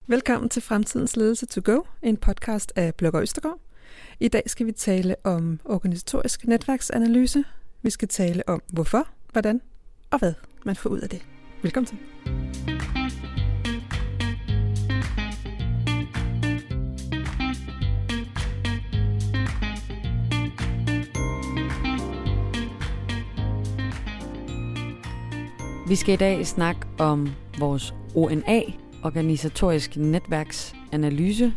Velkommen til Fremtidens Ledelse to Go, en podcast af Blogger Østergaard. I dag skal vi tale om organisatorisk netværksanalyse. Vi skal tale om hvorfor, hvordan og hvad man får ud af det. Velkommen til. Vi skal i dag snakke om vores ONA, organisatorisk netværksanalyse,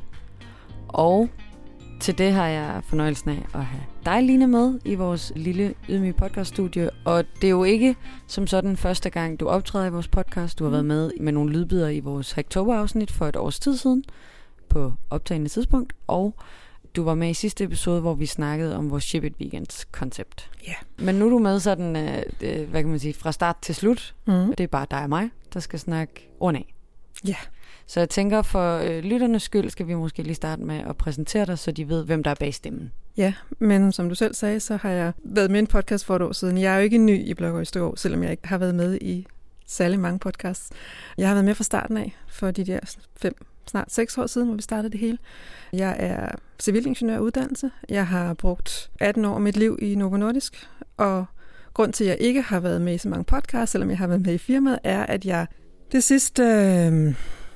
og til det har jeg fornøjelsen af at have dig, Line, med i vores lille ydmyge podcaststudie, og det er jo ikke som sådan første gang, du optræder i vores podcast. Du har været med nogle lydbider i vores Hacktober-afsnit for et års tid siden på optagende tidspunkt, og du var med i sidste episode, hvor vi snakkede om vores Ship It Weekends-koncept. Ja. Men nu er du med sådan, hvad kan man sige, fra start til slut. Det er bare dig og mig, der skal snakke ONA. Ja. Så jeg tænker, for lytternes skyld skal vi måske lige starte med at præsentere dig, så de ved, hvem der er bag stemmen. Ja, men som du selv sagde, så har jeg været med i en podcast for et år siden. Jeg er jo ikke ny i Blogger Østergaard, selvom jeg ikke har været med i særlig mange podcasts. Jeg har været med fra starten af, for de der snart 6 år siden, hvor vi startede det hele. Jeg er civilingeniøruddannelse. Jeg har brugt 18 år af mit liv i Novo Nordisk, og grund til, at jeg ikke har været med i så mange podcasts, selvom jeg har været med i firmaet, er, at jeg det sidste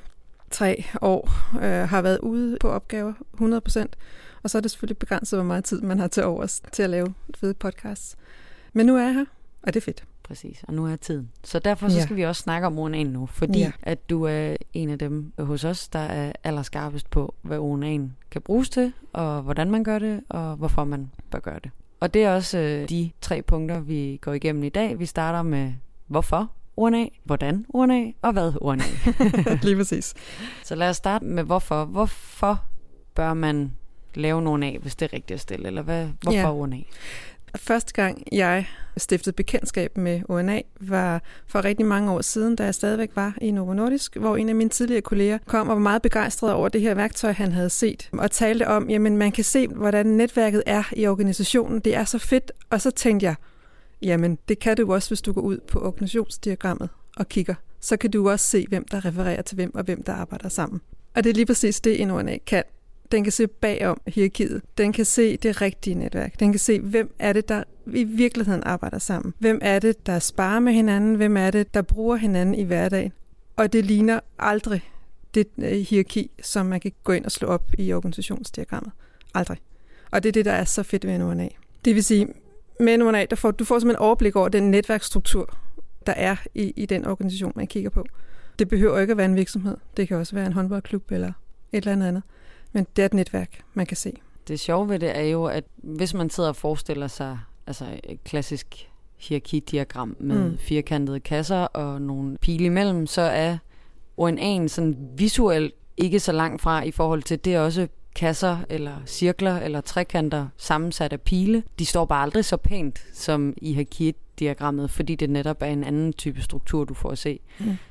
3 år har været ude på opgaver 100%, og så er det selvfølgelig begrænset, hvor meget tid man har til overs til at lave fede podcasts. Men nu er jeg her, og det er fedt. Præcis, og nu er tiden. Så derfor så skal vi også snakke om ONA'en nu, fordi at du er en af dem hos os, der er allerskarpest på, hvad ONA'en kan bruges til, og hvordan man gør det, og hvorfor man bør gøre det. Og det er også de 3 punkter, vi går igennem i dag. Vi starter med hvorfor ONA, hvordan ONA, og hvad ONA. Lige præcis. Så lad os starte med hvorfor. Hvorfor bør man lave en ONA, hvis det er rigtigt at stille, eller hvorfor ONA? Første gang jeg stiftede bekendtskab med ONA var for rigtig mange år siden, da jeg stadigvæk var i Novo Nordisk, hvor en af mine tidligere kolleger kom og var meget begejstret over det her værktøj, han havde set, og talte om, jamen man kan se, hvordan netværket er i organisationen. Det er så fedt, og så tænkte jeg, jamen det kan du også, hvis du går ud på organisationsdiagrammet og kigger. Så kan du også se, hvem der refererer til hvem, og hvem der arbejder sammen. Og det er lige præcis det, en ONA kan. Den kan se bagom hierarkiet. Den kan se det rigtige netværk. Den kan se, hvem er det, der i virkeligheden arbejder sammen. Hvem er det, der sparer med hinanden? Hvem er det, der bruger hinanden i hverdagen? Og det ligner aldrig det hierarki, som man kan gå ind og slå op i organisationsdiagrammet. Aldrig. Og det er det, der er så fedt ved en ONA. Det vil sige, med en ONA, du får simpelthen overblik over den netværksstruktur, der er i den organisation, man kigger på. Det behøver ikke at være en virksomhed. Det kan også være en håndboldklub eller et eller andet. Men det er et netværk, man kan se. Det sjove ved det er jo, at hvis man sidder og forestiller sig altså et klassisk hierarkidiagram med firkantede kasser og nogle pile imellem, så er ONA'en sådan visuelt ikke så langt fra i forhold til det er også kasser eller cirkler eller trekanter sammensat af pile. De står bare aldrig så pænt som i hierarkidiagrammet, fordi det netop er en anden type struktur, du får at se.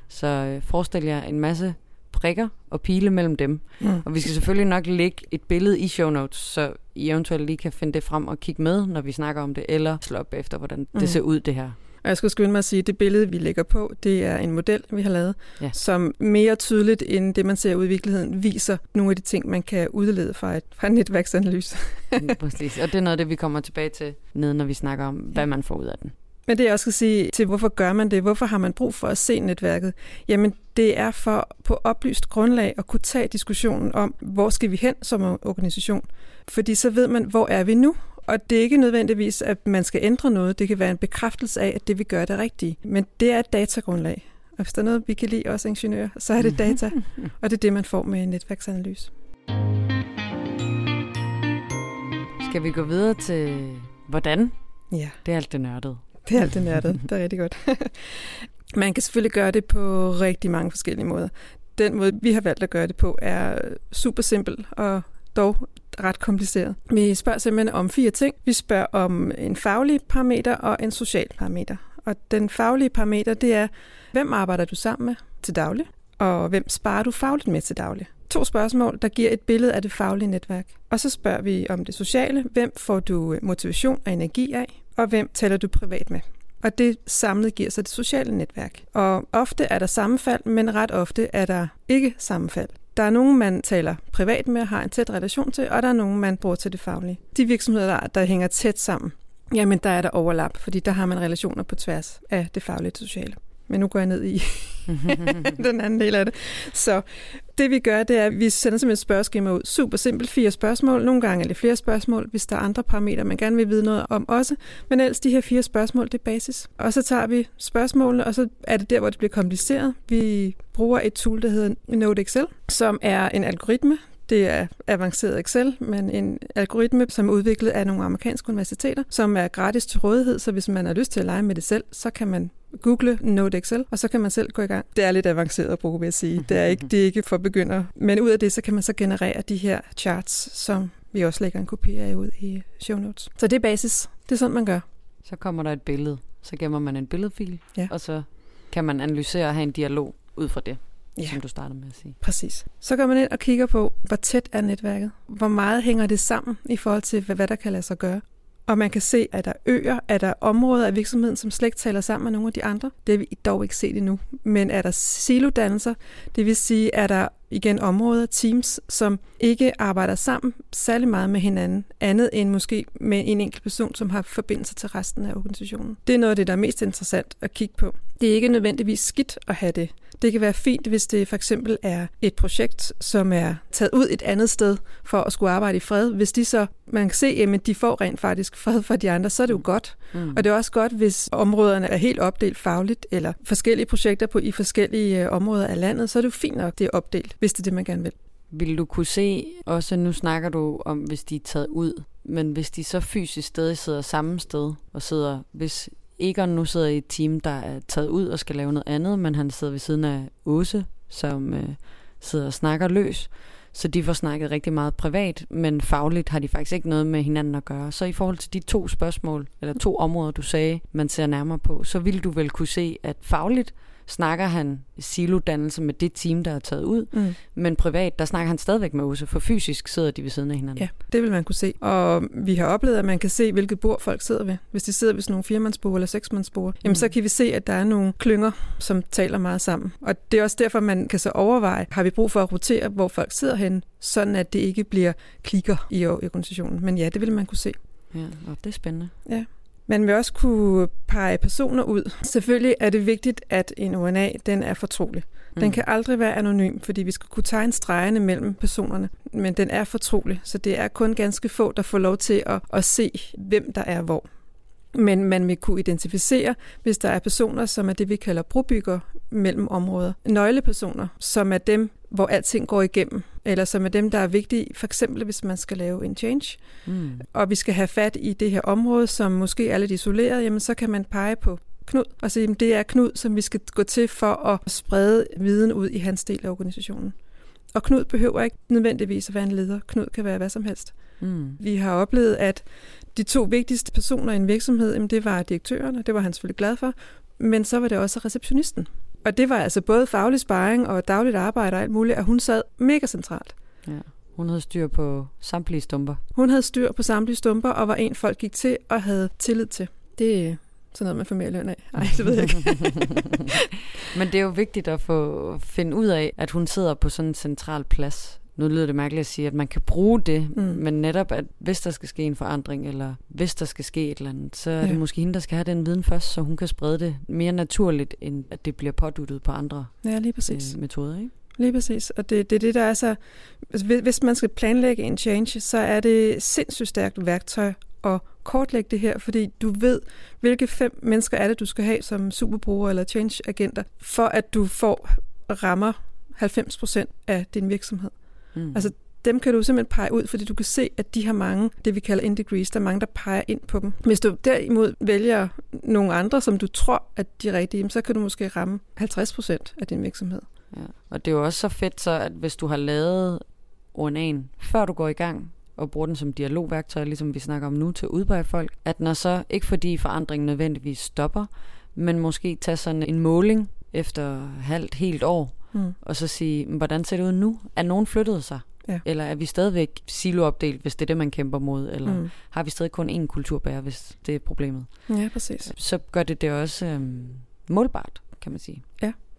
Så forestil jer en masse prikker og pile mellem dem. Og vi skal selvfølgelig nok lægge et billede i show notes, så I eventuelt lige kan finde det frem og kigge med, når vi snakker om det, eller slå op efter, hvordan det ser ud, det her. Og jeg skal skynde mig at sige, at det billede, vi lægger på, det er en model, vi har lavet, som mere tydeligt end det, man ser ud i virkeligheden, viser nogle af de ting, man kan udlede fra en netværksanalyse. Præcis, og det er noget af det, vi kommer tilbage til, når vi snakker om, hvad man får ud af den. Men det jeg også skal sige til, hvorfor gør man det? Hvorfor har man brug for at se netværket? Jamen, det er for på oplyst grundlag at kunne tage diskussionen om, hvor skal vi hen som organisation? Fordi så ved man, hvor er vi nu? Og det er ikke nødvendigvis, at man skal ændre noget. Det kan være en bekræftelse af, at det vi gør det rigtige. Men det er et datagrundlag. Og hvis der er noget, vi kan lide også ingeniører, så er det data. Og det er det, man får med en netværksanalyse. Skal vi gå videre til hvordan? Ja. Det er alt det nørdede. Det er alt det nørdede. Det er rigtig godt. Man kan selvfølgelig gøre det på rigtig mange forskellige måder. Den måde, vi har valgt at gøre det på, er super simpel og dog ret kompliceret. Vi spørger simpelthen om 4 ting. Vi spørger om en faglig parameter og en social parameter. Og den faglige parameter, det er, hvem arbejder du sammen med til daglig? Og hvem sparer du fagligt med til daglig? 2 spørgsmål, der giver et billede af det faglige netværk. Og så spørger vi om det sociale. Hvem får du motivation og energi af? Og hvem taler du privat med? Og det samlet giver sig det sociale netværk. Og ofte er der sammenfald, men ret ofte er der ikke sammenfald. Der er nogen, man taler privat med og har en tæt relation til, og der er nogen, man bruger til det faglige. De virksomheder, der hænger tæt sammen, jamen der er der overlap, fordi der har man relationer på tværs af det faglige og sociale. Men nu går jeg ned i den anden del af det. Så det vi gør, det er, at vi sender simpelthen et spørgeskema ud. Super simpelt, 4 spørgsmål. Nogle gange er det flere spørgsmål, hvis der er andre parametre, man gerne vil vide noget om også. Men ellers de her 4 spørgsmål, det er basis. Og så tager vi spørgsmålene, og så er det der, hvor det bliver kompliceret. Vi bruger et tool, der hedder NodeXL, som er en algoritme. Det er avanceret Excel, men en algoritme, som er udviklet af nogle amerikanske universiteter, som er gratis til rådighed, så hvis man har lyst til at lege med det selv, så kan man google NodeXL, og så kan man selv gå i gang. Det er lidt avanceret at bruge, vil jeg sige. Det er ikke for begyndere. Men ud af det, så kan man så generere de her charts, som vi også lægger en kopi af ud i show notes. Så det er basis. Det er sådan, man gør. Så kommer der et billede. Så gemmer man en billedfil, og så kan man analysere og have en dialog ud fra det. Ja. Som du startede med at sige. Præcis. Så går man ind og kigger på, hvor tæt er netværket. Hvor meget hænger det sammen i forhold til, hvad der kan lade sig gøre. Og man kan se, at der øer, at der områder af virksomheden, som slet ikke taler sammen med nogle af de andre. Det har vi dog ikke set endnu. Men er der silodannelser, det vil sige, er der igen områder, teams, som ikke arbejder sammen særlig meget med hinanden, andet end måske med en enkelt person, som har forbindelse til resten af organisationen. Det er noget af det, der er mest interessant at kigge på. Det er ikke nødvendigvis skidt at have det. Det kan være fint, hvis det for eksempel er et projekt, som er taget ud et andet sted for at skulle arbejde i fred. Hvis de så, man kan se, at de får rent faktisk fred fra de andre, så er det jo godt. Og det er også godt, hvis områderne er helt opdelt fagligt, eller forskellige projekter i forskellige områder af landet, så er det jo fint nok, det er opdelt, hvis det er det, man gerne vil. Vil du kunne se, også nu snakker du om, hvis de er taget ud, men hvis de så fysisk stadig sidder samme sted, og sidder, hvis Egon nu sidder i et team, der er taget ud og skal lave noget andet, men han sidder ved siden af Åse, som sidder og snakker løs, så de får snakket rigtig meget privat, men fagligt har de faktisk ikke noget med hinanden at gøre. Så i forhold til de 2 spørgsmål, eller 2 områder, du sagde, man ser nærmere på, så vil du vel kunne se, at fagligt snakker han silodannelse med det team, der er taget ud, men privat, der snakker han stadigvæk med Åse, for fysisk sidder de ved siden af hinanden. Ja, det vil man kunne se. Og vi har oplevet, at man kan se, hvilket bord folk sidder ved. Hvis de sidder ved sådan nogle 4-mandsbord eller 6-mandsbord, jamen så kan vi se, at der er nogle klynger, som taler meget sammen. Og det er også derfor, man kan så overveje, har vi brug for at rotere, hvor folk sidder henne, sådan at det ikke bliver klikker i organisationen. Men ja, det vil man kunne se. Ja, og det er spændende. Ja. Man vil også kunne pege personer ud. Selvfølgelig er det vigtigt, at en ONA, den er fortrolig. Den kan aldrig være anonym, fordi vi skal kunne tegne stregerne mellem personerne. Men den er fortrolig, så det er kun ganske få, der får lov til at se, hvem der er hvor. Men man vil kunne identificere, hvis der er personer, som er det, vi kalder brobygger mellem områder. Nøglepersoner, som er dem, hvor alting går igennem, eller som er dem, der er vigtige, for eksempel hvis man skal lave en change, og vi skal have fat i det her område, som måske er lidt isoleret, jamen så kan man pege på Knud, og sige, at det er Knud, som vi skal gå til for at sprede viden ud i hans del af organisationen. Og Knud behøver ikke nødvendigvis at være en leder. Knud kan være hvad som helst. Vi har oplevet, at de 2 vigtigste personer i en virksomhed, jamen det var direktøren, og det var han selvfølgelig glad for, men så var det også receptionisten. Og det var altså både faglig sparring og dagligt arbejde og alt muligt, at hun sad mega centralt. Ja, hun havde styr på samtlige stumper. Hun havde styr på samtlige stumper, og var en folk gik til og havde tillid til. Det er sådan noget, man får mere løn af. Nej, det ved jeg ikke. Men det er jo vigtigt at finde ud af, at hun sidder på sådan en central plads. Nu lyder det mærkeligt at sige, at man kan bruge det, men netop, at hvis der skal ske en forandring, eller hvis der skal ske et eller andet, så er det måske hende, der skal have den viden først, så hun kan sprede det mere naturligt, end at det bliver påduttet på andre lige præcis. Metoder, ikke? Lige præcis, og det er det, der er så... Hvis man skal planlægge en change, så er det sindssygt stærkt værktøj at kortlægge det her, fordi du ved, hvilke 5 mennesker er det, du skal have som superbrugere eller change-agenter, for at du får rammer 90% af din virksomhed. Altså dem kan du simpelthen pege ud, fordi du kan se, at de har mange, det vi kalder in-degrees, der er mange, der peger ind på dem. Hvis du derimod vælger nogle andre, som du tror, at de er rigtige, så kan du måske ramme 50% af din virksomhed. Ja. Og det er jo også så fedt, så at hvis du har lavet ONA'en, før du går i gang, og bruger den som dialogværktøj, ligesom vi snakker om nu, til at udbrede folk, at når så, ikke fordi forandringen nødvendigvis stopper, men måske tage sådan en måling efter helt år, og så sige, hvordan ser det ud nu? Er nogen flyttet sig? Ja. Eller er vi stadigvæk siloopdelt, hvis det er det, man kæmper mod? Eller har vi stadig kun én kulturbærer, hvis det er problemet? Ja, præcis. Så gør det også målbart, kan man sige. Ja,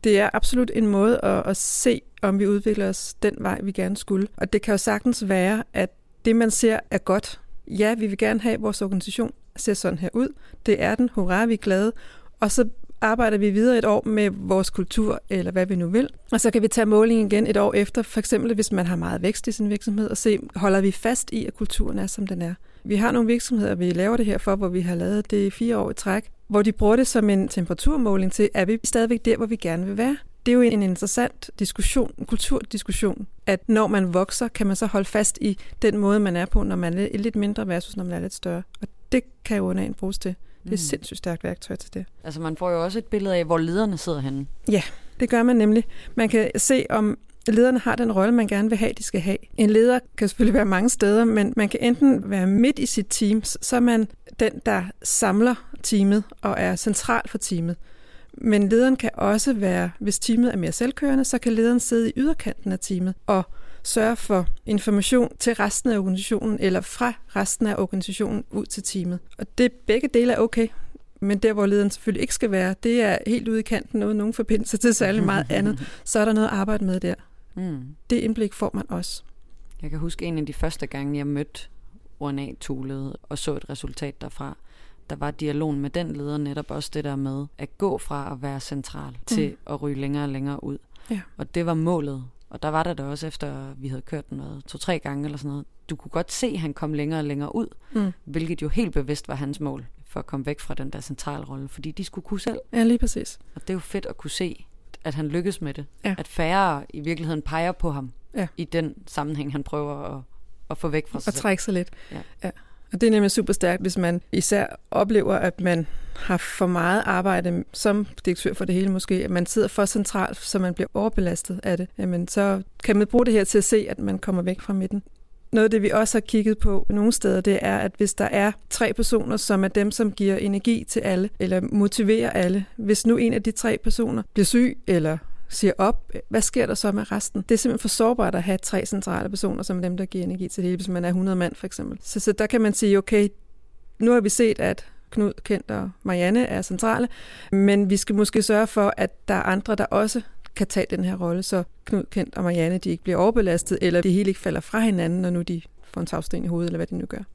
Det er absolut en måde at se, om vi udvikler os den vej, vi gerne skulle. Og det kan jo sagtens være, at det, man ser, er godt. Ja, vi vil gerne have, at vores organisation ser sådan her ud. Det er den. Hurra, vi er glade. Og så arbejder vi videre et år med vores kultur, eller hvad vi nu vil. Og så kan vi tage målingen igen et år efter, for eksempel hvis man har meget vækst i sin virksomhed, og se, holder vi fast i, at kulturen er, som den er. Vi har nogle virksomheder, vi laver det her for, hvor vi har lavet det i 4 år i træk, hvor de bruger det som en temperaturmåling til, er vi stadigvæk der, hvor vi gerne vil være. Det er jo en interessant diskussion, en kulturdiskussion, at når man vokser, kan man så holde fast i den måde, man er på, når man er lidt mindre versus når man er lidt større. Og det kan jo UNA'en bruges til. Det er et sindssygt stærkt værktøj til det. Altså man får jo også et billede af, hvor lederne sidder henne. Ja, det gør man nemlig. Man kan se, om lederne har den rolle, man gerne vil have, de skal have. En leder kan selvfølgelig være mange steder, men man kan enten være midt i sit team, så er man den, der samler teamet og er central for teamet. Men lederen kan også være, hvis teamet er mere selvkørende, så kan lederen sidde i yderkanten af teamet og sørge for information til resten af organisationen, eller fra resten af organisationen ud til teamet. Og det begge dele er okay. Men der, hvor lederen selvfølgelig ikke skal være, det er helt ude i kanten, uden nogen forbindelse til særlig meget andet. Så er der noget at arbejde med der. Det indblik får man også. Jeg kan huske en af de første gange, jeg mødte ONA-toolet og så et resultat derfra. Der var dialogen med den leder netop også det der med at gå fra at være central til at ryge længere og længere ud. Ja. Og det var målet. Og der var der også efter, vi havde kørt den 2-3 gange eller sådan noget. Du kunne godt se, at han kom længere og længere ud, hvilket jo helt bevidst var hans mål for at komme væk fra den der centralrolle, fordi de skulle kunne selv. Ja, lige præcis. Og det er jo fedt at kunne se, at han lykkes med det. Ja. At færre i virkeligheden peger på ham i den sammenhæng, han prøver at få væk fra sig selv. Og trække sig lidt. Ja. Og det er nemlig super stærkt, hvis man især oplever, at man har for meget arbejde som direktør for det hele måske, at man sidder for centralt, så man bliver overbelastet af det. Jamen, så kan man bruge det her til at se, at man kommer væk fra midten. Noget af det, vi også har kigget på nogle steder, det er, at hvis der er 3 personer, som er dem, som giver energi til alle, eller motiverer alle, hvis nu en af de 3 personer bliver syg, eller siger op, hvad sker der så med resten? Det er simpelthen for sårbart at have 3 centrale personer, som dem, der giver energi til det hele, hvis man er 100 mand for eksempel. Så der kan man sige, okay, nu har vi set, at Knud, Kent og Marianne er centrale, men vi skal måske sørge for, at der er andre, der også kan tage den her rolle, så Knud, Kent og Marianne, de ikke bliver overbelastet, eller de helt ikke falder fra hinanden, når nu de får en tagsten i hovedet, eller hvad de nu gør.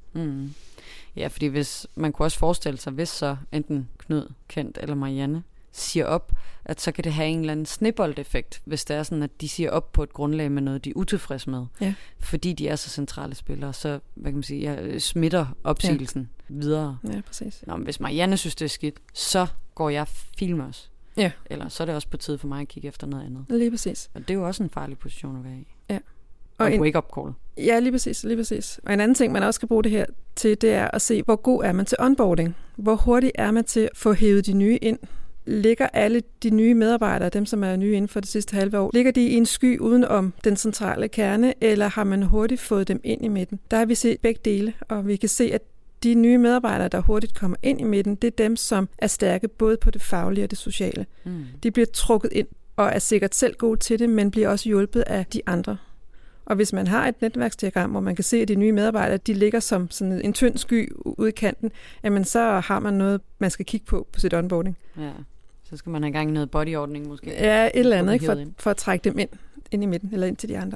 Ja, fordi hvis man kunne også forestille sig, hvis så enten Knud, Kent eller Marianne siger op, at så kan det have en eller anden sneboldeffekt, hvis det er sådan, at de siger op på et grundlag med noget, de er utilfredse med. Ja. Fordi de er så centrale spillere, så hvad kan man sige, smitter opsigelsen videre. Ja, præcis. Nå, men hvis Marianne synes, det er skidt, så går jeg film også. Ja. Eller så er det også på tide for mig at kigge efter noget andet. Lige præcis. Og det er jo også en farlig position at være i. Ja. Og en wake-up call. Ja, lige præcis. Og en anden ting, man også skal bruge det her til, det er at se, hvor god er man til onboarding. Hvor hurtigt er man til at få hævet de nye ind. Ligger alle de nye medarbejdere, dem som er nye inden for det sidste halve år, ligger de i en sky uden om den centrale kerne, eller har man hurtigt fået dem ind i midten? Der har vi set begge dele, og vi kan se, at de nye medarbejdere, der hurtigt kommer ind i midten, det er dem, som er stærke både på det faglige og det sociale. De bliver trukket ind og er sikkert selv gode til det, men bliver også hjulpet af de andre. Og hvis man har et netværksdiagram, hvor man kan se, at de nye medarbejdere, de ligger som sådan en tynd sky ude i kanten, jamen så har man noget, man skal kigge på sit onboarding. Ja, så skal man have gang i noget bodyordning måske. Ja, et eller andet, ikke? For at trække dem ind i midten, eller ind til de andre.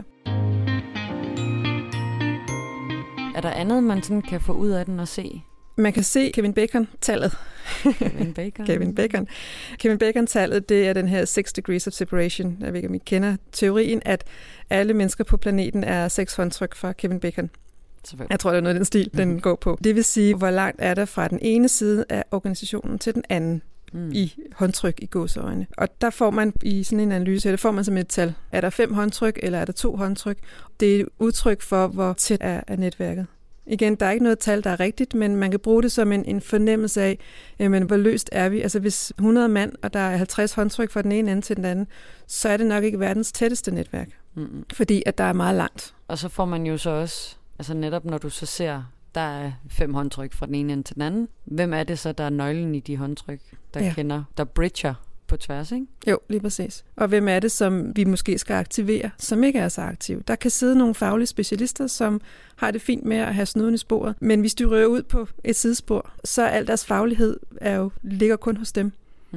Er der andet, man sådan kan få ud af den og se? Man kan se Kevin Bacon-tallet. Kevin Bacon-tallet, det er den her 6 degrees of separation. Jeg ved ikke, om I kender teorien, at alle mennesker på planeten er 6 håndtryk fra Kevin Bacon. Jeg tror, det er noget af den stil, den går på. Det vil sige, hvor langt er der fra den ene side af organisationen til den anden i håndtryk i gåseøjne. Og der får man i sådan en analyse, der får man som et tal. Er der 5 håndtryk, eller er der 2 håndtryk? Det er et udtryk for, hvor tæt er netværket. Igen, der er ikke noget tal, der er rigtigt, men man kan bruge det som en fornemmelse af, hvor løst er vi. Altså hvis 100 mand, og der er 50 håndtryk fra den ene ende til den anden, så er det nok ikke verdens tætteste netværk. Fordi at der er meget langt. Og så får man jo så også, altså netop når du så ser, der er 5 håndtryk fra den ene ende til den anden. Hvem er det så, der er nøglen i de håndtryk, der bridger på tværs, ikke? Jo, lige præcis. Og hvem er det, som vi måske skal aktivere, som ikke er så aktive? Der kan sidde nogle faglige specialister, som har det fint med at have snuden i sporet, men hvis de rører ud på et sidespor, så al deres faglighed ligger kun hos dem. Så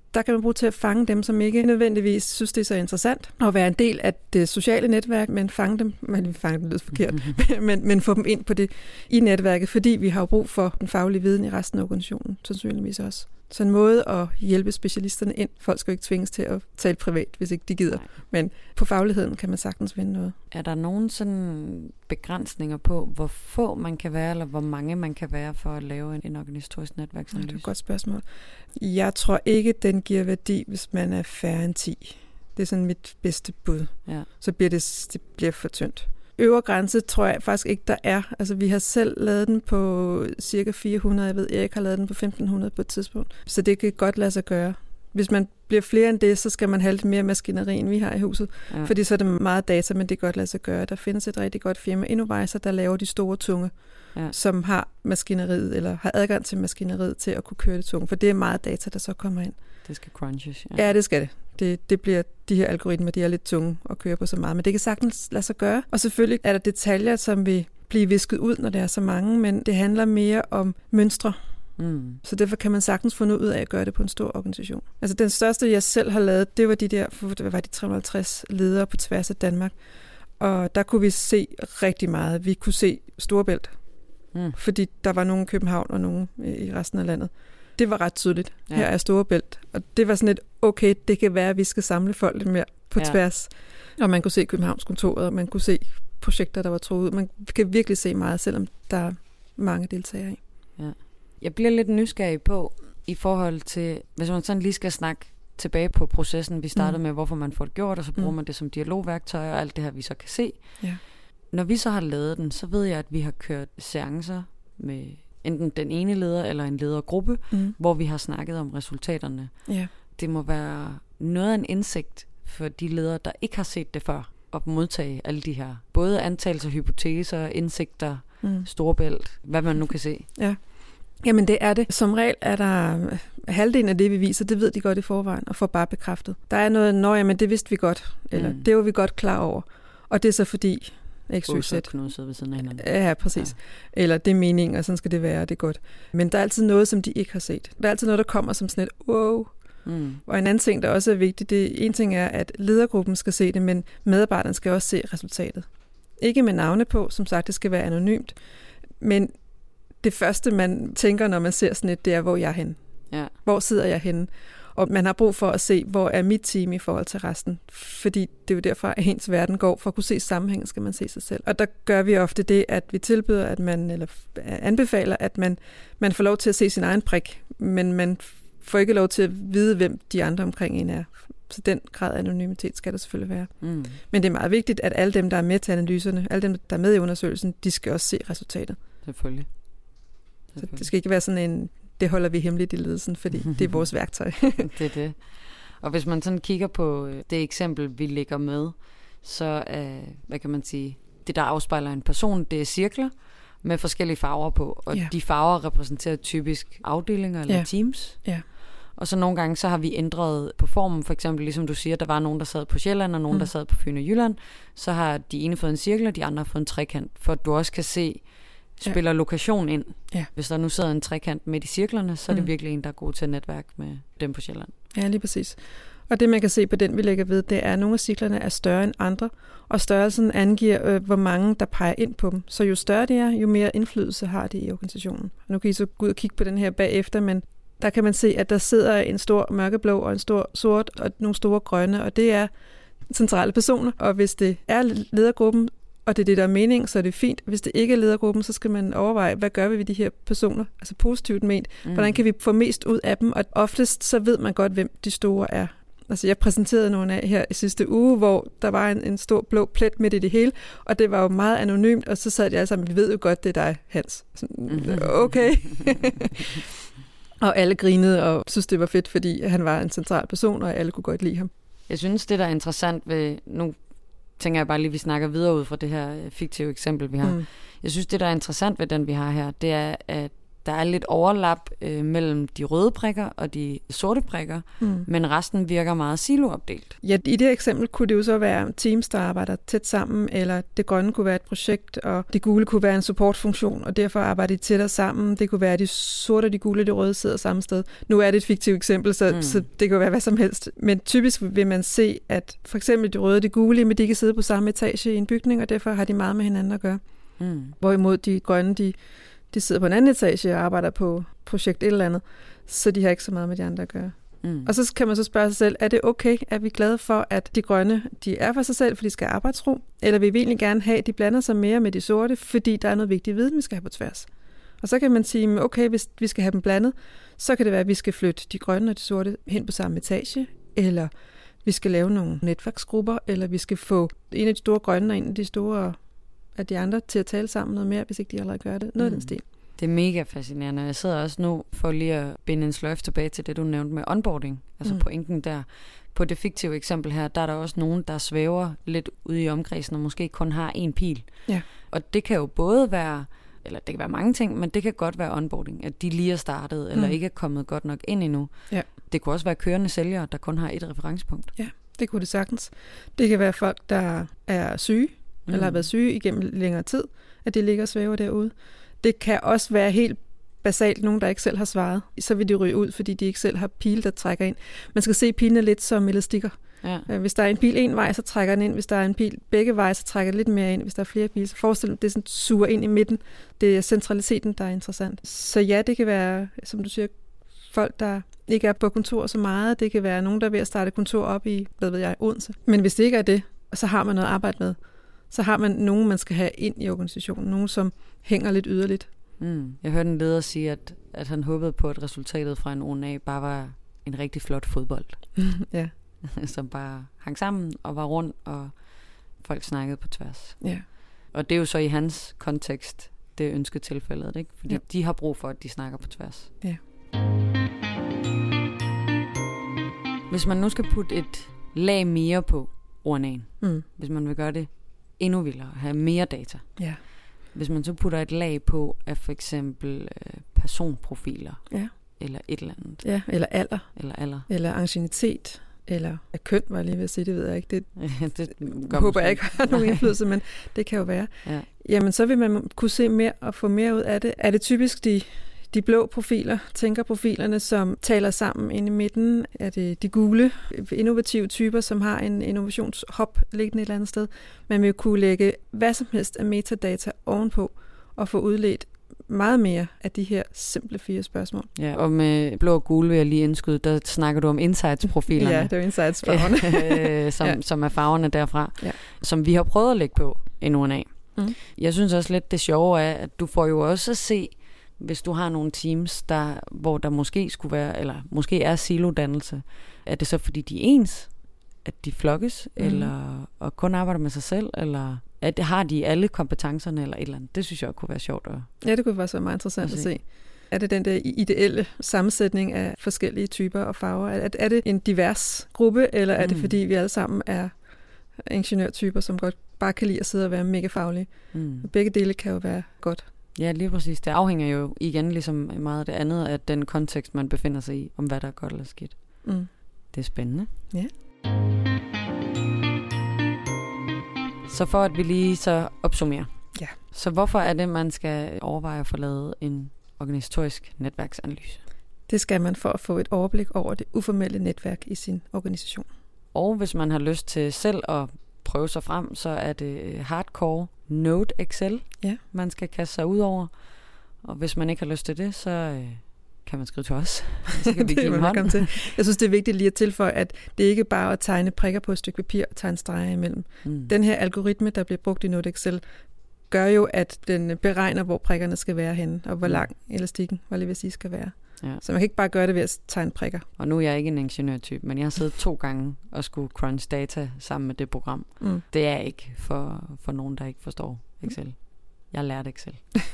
der kan man bruge til at fange dem, som ikke nødvendigvis synes, det er så interessant at være en del af det sociale netværk, men fange dem, lyder forkert, men få dem ind på det i netværket, fordi vi har jo brug for den faglige viden i resten af organisationen, sandsynligvis også. Så en måde at hjælpe specialisterne ind. Folk skal jo ikke tvinges til at tale privat, hvis ikke de gider. Nej. Men på fagligheden kan man sagtens vinde noget. Er der nogen sådan begrænsninger på, hvor få man kan være, eller hvor mange man kan være for at lave en organisatorisk netværksanalyse? Det er et godt spørgsmål. Jeg tror ikke, den giver værdi, hvis man er færre end 10. Det er sådan mit bedste bud. Ja. Så bliver det bliver for tyndt. Øvre grænse tror jeg faktisk ikke, der er. Altså, vi har selv lavet den på cirka 400. Jeg ved, Erik har lavet den på 1500 på et tidspunkt. Så det kan godt lade sig gøre. Hvis man bliver flere end det, så skal man have lidt mere maskineri, end vi har i huset. Ja. Fordi så er det meget data, men det kan godt lade sig gøre. Der findes et rigtig godt firma, Innovisor, der laver de store tunge, som har maskineriet, eller har adgang til maskineriet til at kunne køre det tunge. For det er meget data, der så kommer ind. Det skal crunches. Ja, det skal det. Det bliver de her algoritmer, de er lidt tunge at køre på så meget, men det kan sagtens lade sig gøre. Og selvfølgelig er der detaljer, som vil blive visket ud, når der er så mange, men det handler mere om mønstre. Så derfor kan man sagtens få noget ud af at gøre det på en stor organisation. Altså den største, jeg selv har lavet, det var de 350 ledere på tværs af Danmark. Og der kunne vi se rigtig meget. Vi kunne se Storebælt, fordi der var nogen i København og nogen i resten af landet. Det var ret tydeligt. Her er Storebælt. Og det var sådan et, okay, det kan være, at vi skal samle folk lidt mere på tværs. Og man kunne se Københavnskontoret, og man kunne se projekter, der var troet ud. Man kan virkelig se meget, selvom der er mange deltagere i. Ja. Jeg bliver lidt nysgerrig på, i forhold til, hvis man sådan lige skal snakke tilbage på processen. Vi startede med, hvorfor man får det gjort, og så bruger man det som dialogværktøj, og alt det her, vi så kan se. Ja. Når vi så har lavet den, så ved jeg, at vi har kørt seancer med enten den ene leder eller en ledergruppe, hvor vi har snakket om resultaterne. Ja. Det må være noget af en indsigt for de ledere, der ikke har set det før, at modtage alle de her, både antagelser, hypoteser, indsigter, Storebælt, hvad man nu kan se. Ja. Jamen det er det. Som regel er der halvdelen af det, vi viser, det ved de godt i forvejen, og får bare bekræftet. Der er noget, men det vidste vi godt, eller det var vi godt klar over. Og det er så fordi, knudset ved siden af hinanden. Ja, præcis. Ja. Eller det er meningen, og sådan skal det være, det er godt. Men der er altid noget, som de ikke har set. Der er altid noget, der kommer som sådan et, wow. Og en anden ting, der også er vigtigt, en ting er, at ledergruppen skal se det, men medarbejderne skal også se resultatet. Ikke med navne på, som sagt, det skal være anonymt, men det første, man tænker, når man ser sådan et, det er, hvor jeg er henne. Ja. Hvor sidder jeg henne? Og man har brug for at se, hvor er mit team i forhold til resten. Fordi det er jo derfor, at ens verden går. For at kunne se sammenhængen, skal man se sig selv. Og der gør vi ofte det, at vi tilbyder, eller anbefaler, at man får lov til at se sin egen prik, men man får ikke lov til at vide, hvem de andre omkring en er. Så den grad af anonymitet skal der selvfølgelig være. Men det er meget vigtigt, at alle dem, der er med til analyserne, alle dem, der er med i undersøgelsen, de skal også se resultatet. Selvfølgelig. Så det skal ikke være sådan en, det holder vi hemmeligt i ledelsen, fordi det er vores værktøj. Det er det. Og hvis man sådan kigger på det eksempel, vi lægger med, så hvad kan man sige, det der afspejler en person, det er cirkler med forskellige farver på, og de farver repræsenterer typisk afdelinger eller teams. Ja. Og så nogle gange, så har vi ændret på formen, for eksempel ligesom du siger, der var nogen, der sad på Sjælland, og nogen, der sad på Fyn og Jylland, så har de ene fået en cirkel, og de andre har fået en trekant, for at du også kan se, spiller lokation ind. Ja. Hvis der nu sidder en trekant midt i cirklerne, så er det virkelig en, der er god til at netværke med dem på Sjælland. Ja, lige præcis. Og det, man kan se på den, vi lægger ved, det er, at nogle af cirklerne er større end andre, og størrelsen angiver, hvor mange, der peger ind på dem. Så jo større det er, jo mere indflydelse har det i organisationen. Nu kan I så gå ud og kigge på den her bagefter, men der kan man se, at der sidder en stor mørkeblå og en stor sort og nogle store grønne, og det er centrale personer. Og hvis det er ledergruppen, og det er det, der er mening, så er det fint. Hvis det ikke er ledergruppen, så skal man overveje, hvad gør vi ved de her personer? Altså positivt ment. Hvordan kan vi få mest ud af dem? Og oftest så ved man godt, hvem de store er. Altså jeg præsenterede nogle af her i sidste uge, hvor der var en stor blå plet midt i det hele, og det var jo meget anonymt, og så sad de alle sammen, vi ved jo godt, det er dig, Hans. Okay. Og alle grinede og synes, det var fedt, fordi han var en central person, og alle kunne godt lide ham. Jeg synes, det der er interessant ved, nu tænker jeg bare lige, vi snakker videre ud fra det her fiktive eksempel, vi har. Jeg synes, det der er interessant ved den, vi har her, det er, at der er lidt overlap mellem de røde prikker og de sorte prikker, men resten virker meget siloopdelt. Ja, i det eksempel kunne det jo så være teams, der arbejder tæt sammen, eller det grønne kunne være et projekt, og det gule kunne være en supportfunktion, og derfor arbejder de tættere sammen. Det kunne være, at de sorte og de gule og de røde sidder samme sted. Nu er det et fiktivt eksempel, så det kan være hvad som helst. Men typisk vil man se, at for eksempel de røde og de gule, men de kan sidde på samme etage i en bygning, og derfor har de meget med hinanden at gøre. Hvorimod de grønne, de sidder på en anden etage og arbejder på projekt et eller andet, så de har ikke så meget med de andre at gøre. Og så kan man så spørge sig selv, er det okay, er vi glade for, at de grønne, de er for sig selv, fordi de skal have arbejdsro, eller vil vi egentlig gerne have, at de blander sig mere med de sorte, fordi der er noget vigtig viden, vi skal have på tværs. Og så kan man sige, okay, hvis vi skal have dem blandet, så kan det være, at vi skal flytte de grønne og de sorte hen på samme etage, eller vi skal lave nogle netværksgrupper, eller vi skal få en af de store grønne og en af de store af de andre til at tale sammen noget mere, hvis ikke de allerede gør det. Noget af den stil. Det er mega fascinerende. Jeg sidder også nu for lige at binde en sløjfe tilbage til det, du nævnte med onboarding. Altså pointen der. På det fiktive eksempel her, der er der også nogen, der svæver lidt ude i omkredsen og måske kun har en pil. Ja. Og det kan jo både være, eller det kan være mange ting, men det kan godt være onboarding, at de lige er startet, eller ikke er kommet godt nok ind endnu. Ja. Det kunne også være kørende sælgere, der kun har et referencepunkt. Ja, det kunne det sagtens. Det kan være folk, der er syge, eller har været syge igennem længere tid, at de ligger og svæver derude. Det kan også være helt basalt nogen, der ikke selv har svaret. Så vil de ryge ud, fordi de ikke selv har pile, der trækker ind. Man skal se pilene lidt som elastikker. Ja. Hvis der er en pil en vej, så trækker den ind. Hvis der er en pil begge veje, så trækker det lidt mere ind. Hvis der er flere pile, så forestil dig, det sådan suger ind i midten. Det er centraliteten, der er interessant. Så ja, det kan være, som du siger, folk, der ikke er på kontor så meget. Det kan være nogen, der er ved at starte kontor op i, Odense. Men hvis det ikke er det, så har man noget at arbejde med. Så har man nogen, man skal have ind i organisationen. Nogen, som hænger lidt yderligt. Jeg hørte en leder sige, at han håbede på, at resultatet fra en ONA bare var en rigtig flot fodbold. Ja. Som bare hang sammen og var rundt, og folk snakkede på tværs. Ja. Og det er jo så i hans kontekst, det ønskede tilfældet, ikke? Fordi de har brug for, at de snakker på tværs. Ja. Hvis man nu skal putte et lag mere på ONA'en, hvis man vil gøre det endnu vildere, have mere data. Ja. Hvis man så putter et lag på af for eksempel personprofiler, eller et eller andet. Ja, eller alder. Eller anciennitet, eller køn, var jeg lige ved at sige, det ved jeg ikke. Det håber jeg ikke har nogen indflydelse, men det kan jo være. Ja. Jamen, så vil man kunne se mere og få mere ud af det. Er det typisk de blå profiler, tænkerprofilerne, som taler sammen inde i midten? Er det de gule, innovative typer, som har en innovationshop liggende et eller andet sted? Man vil kunne lægge hvad som helst af metadata ovenpå og få udledt meget mere af de her simple 4 spørgsmål. Ja, og med blå og gule vil jeg lige indskyde, der snakker du om insights-profilerne. Ja, det er jo insights-farverne. som er farverne derfra, som vi har prøvet at lægge på en ONA. Jeg synes også lidt, det sjove er, at du får jo også at se, hvis du har nogle teams, hvor der måske skulle være, eller måske er silodannelse, er det så fordi de er ens, at de flokkes, eller og kun arbejder med sig selv, eller har de alle kompetencerne, eller et eller andet? Det synes jeg kunne være sjovt at Ja, det kunne være så meget interessant at se. Er det den der ideelle sammensætning af forskellige typer og farver? Er det en divers gruppe, eller er det fordi, vi alle sammen er ingeniørtyper, som godt bare kan lide at sidde og være mega faglige? Begge dele kan jo være godt. Ja, lige præcis. Det afhænger jo igen ligesom meget af det andet, af den kontekst, man befinder sig i, om hvad der er godt eller skidt. Det er spændende. Ja. Så for at vi lige så opsummerer. Ja. Så hvorfor er det, man skal overveje at få lavet en organisatorisk netværksanalyse? Det skal man for at få et overblik over det uformelle netværk i sin organisation. Og hvis man har lyst til selv at prøve sig frem, så er det hardcore Node Excel, man skal kaste sig ud over. Og hvis man ikke har lyst til det, så kan man skrive til os. Så kan vi give en hånd. Til. Jeg synes, det er vigtigt lige at tilføje, at det ikke bare er at tegne prikker på et stykke papir og tegne streger imellem. Den her algoritme, der bliver brugt i Node Excel, gør jo, at den beregner, hvor prikkerne skal være henne, og hvor lang elastikken, hvad jeg vil sige, skal være. Ja. Så man kan ikke bare gøre det ved at tegne prikker. Og nu er jeg ikke en ingeniørtype, men jeg har siddet 2 gange og skulle crunch data sammen med det program. Det er ikke for nogen, der ikke forstår Excel. Jeg lærte Excel.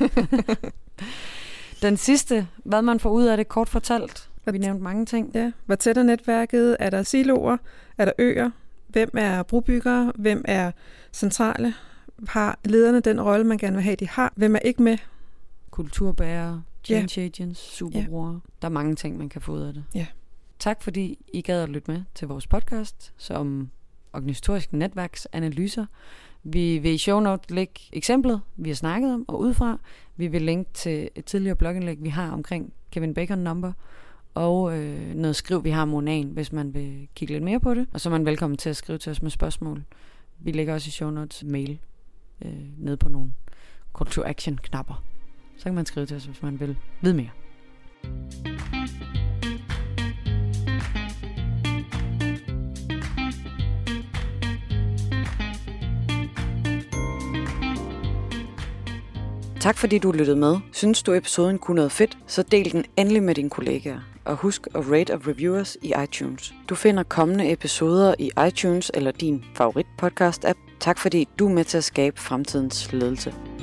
Den sidste, hvad man får ud af det, kort fortalt. Vi nævnte mange ting. Ja. Hvor tæt er netværket? Er der siloer? Er der øer? Hvem er brobyggere? Hvem er centrale? Har lederne den rolle, man gerne vil have, de har? Hvem er ikke med? Kulturbærere. change agents, superbrugere. Der er mange ting, man kan få ud af det. Ja. Tak fordi I gad at lytte med til vores podcast som organisatoriske netværksanalyser. Vi vil i show notes lægge eksemplet, vi har snakket om, og udefra. Vi vil linke til et tidligere blogindlæg, vi har omkring Kevin Bacon Number, og noget skriv, vi har om ONA'en, hvis man vil kigge lidt mere på det. Og så er man velkommen til at skrive til os med spørgsmål. Vi lægger også i show notes mail nede på nogle call to action knapper. Så kan man skrive til os, hvis man vil vide mere. Tak fordi du lyttede med. Synes du episoden kunne noget fedt, så del den endelig med dine kollegaer. Og husk at rate og review os i iTunes. Du finder kommende episoder i iTunes eller din favorit podcast app. Tak fordi du er med til at skabe fremtidens ledelse.